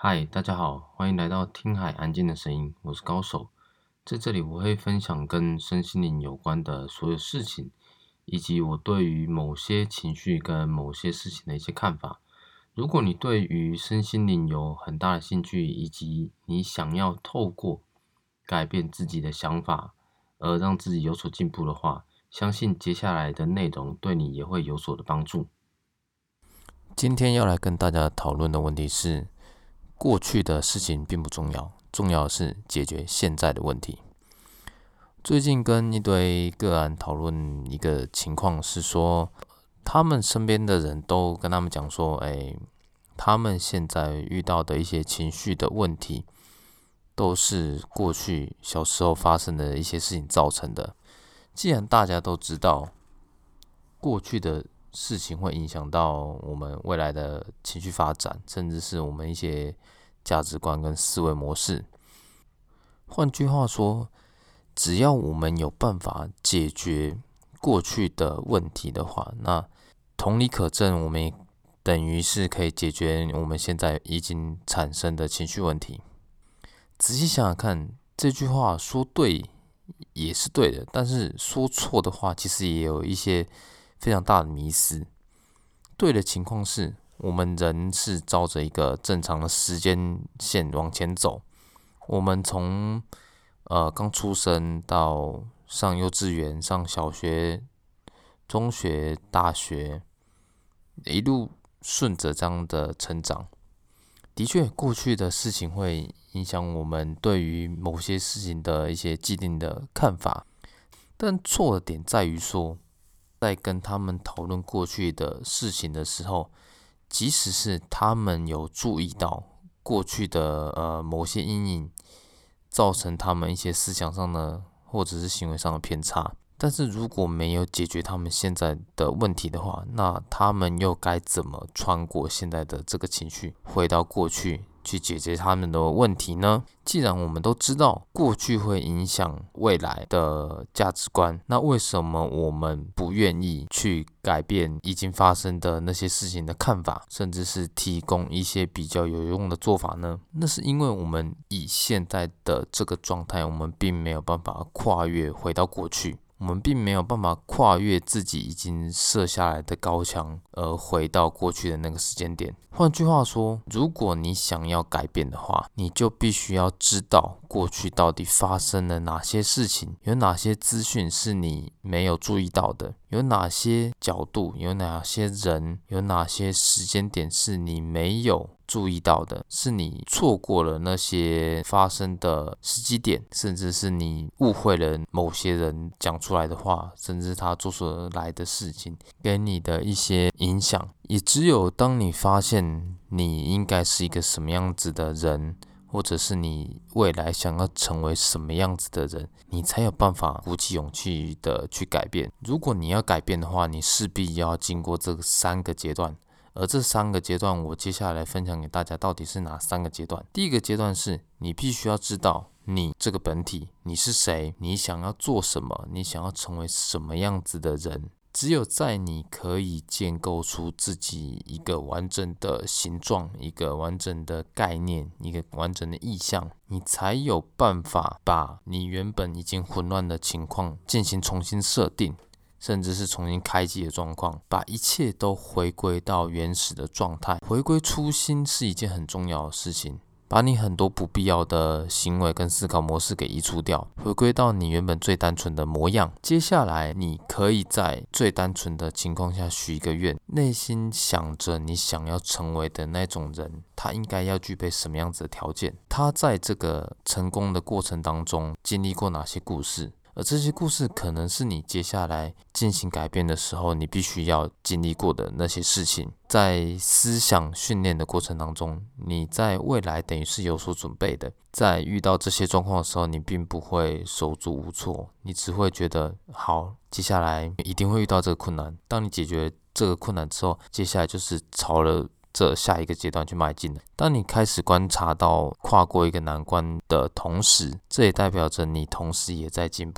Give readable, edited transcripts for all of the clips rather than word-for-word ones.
嗨，大家好，欢迎来到听海安静的声音，我是高手。在这里，我会分享跟身心灵有关的所有事情，以及我对于某些情绪跟某些事情的一些看法。如果你对于身心灵有很大的兴趣，以及你想要透过改变自己的想法，而让自己有所进步的话，相信接下来的内容对你也会有所的帮助。 今天要来跟大家讨论的问题是，过去的事情并不重要，重要的是解决现在的问题。最近跟一堆个案讨论一个情况是说，他们身边的人都跟他们讲说，他们现在遇到的一些情绪的问题，都是过去小时候发生的一些事情造成的。既然大家都知道过去的事情会影响到我们未来的情绪发展，甚至是我们一些价值观跟思维模式。换句话说，只要我们有办法解决过去的问题的话，那同理可证，我们也等于是可以解决我们现在已经产生的情绪问题。仔细想想看，这句话说对也是对的，但是说错的话，其实也有一些非常大的迷思。对的情况是，我们人是照着一个正常的时间线往前走。我们从刚出生到上幼稚园、上小学、中学、大学，一路顺着这样的成长。的确，过去的事情会影响我们对于某些事情的一些既定的看法，但错的点在于说，在跟他们讨论过去的事情的时候，即使是他们有注意到过去的某些阴影，造成他们一些思想上的或者是行为上的偏差，但是如果没有解决他们现在的问题的话，那他们又该怎么穿过现在的这个情绪，回到过去去解决他们的问题呢？既然我们都知道过去会影响未来的价值观，那为什么我们不愿意去改变已经发生的那些事情的看法，甚至是提供一些比较有用的做法呢？那是因为我们以现在的这个状态，我们并没有办法跨越回到过去。我们并没有办法跨越自己已经设下来的高墙，而回到过去的那个时间点。换句话说，如果你想要改变的话，你就必须要知道过去到底发生了哪些事情，有哪些资讯是你没有注意到的，有哪些角度，有哪些人，有哪些时间点是你没有注意到的，是你错过了那些发生的时机点，甚至是你误会了某些人讲出来的话，甚至他做出来的事情给你的一些影响。也只有当你发现你应该是一个什么样子的人，或者是你未来想要成为什么样子的人，你才有办法鼓起勇气的去改变。如果你要改变的话，你势必要经过这三个阶段。而这三个阶段，我接下来分享给大家到底是哪三个阶段。第一个阶段是你必须要知道你这个本体，你是谁，你想要做什么，你想要成为什么样子的人。只有在你可以建构出自己一个完整的形状、一个完整的概念、一个完整的意象，你才有办法把你原本已经混乱的情况进行重新设定，甚至是重新开机的状况，把一切都回归到原始的状态。回归初心是一件很重要的事情。把你很多不必要的行为跟思考模式给移除掉，回归到你原本最单纯的模样。接下来，你可以在最单纯的情况下许一个愿，内心想着你想要成为的那种人，他应该要具备什么样子的条件？他在这个成功的过程当中经历过哪些故事？而这些故事可能是你接下来进行改变的时候，你必须要经历过的那些事情。在思想训练的过程当中，你在未来等于是有所准备的。在遇到这些状况的时候，你并不会手足无措，你只会觉得好，接下来一定会遇到这个困难。当你解决这个困难之后，接下来就是朝了这下一个阶段去迈进了。当你开始观察到跨过一个难关的同时，这也代表着你同时也在进步。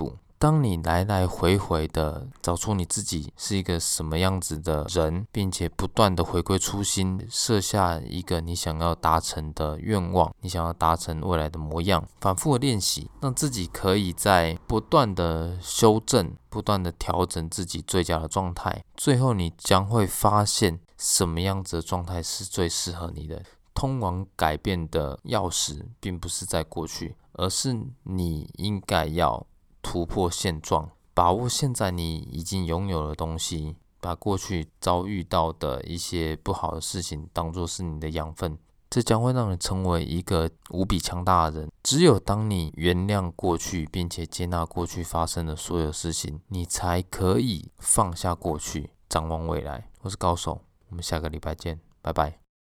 当你来来回回的找出你自己是一个什么样子的人，并且不断的回归初心，设下一个你想要达成的愿望，你想要达成未来的模样，反复的练习，让自己可以在不断的修正，不断的调整自己最佳的状态，最后你将会发现什么样子的状态是最适合你的。通往改变的钥匙并不是在过去，而是你应该要突破现状，把握现在你已经拥有的东西，把过去遭遇到的一些不好的事情当作是你的养分，这将会让你成为一个无比强大的人。只有当你原谅过去，并且接纳过去发生的所有事情，你才可以放下过去，展望未来。我是高手，我们下个礼拜见，拜拜。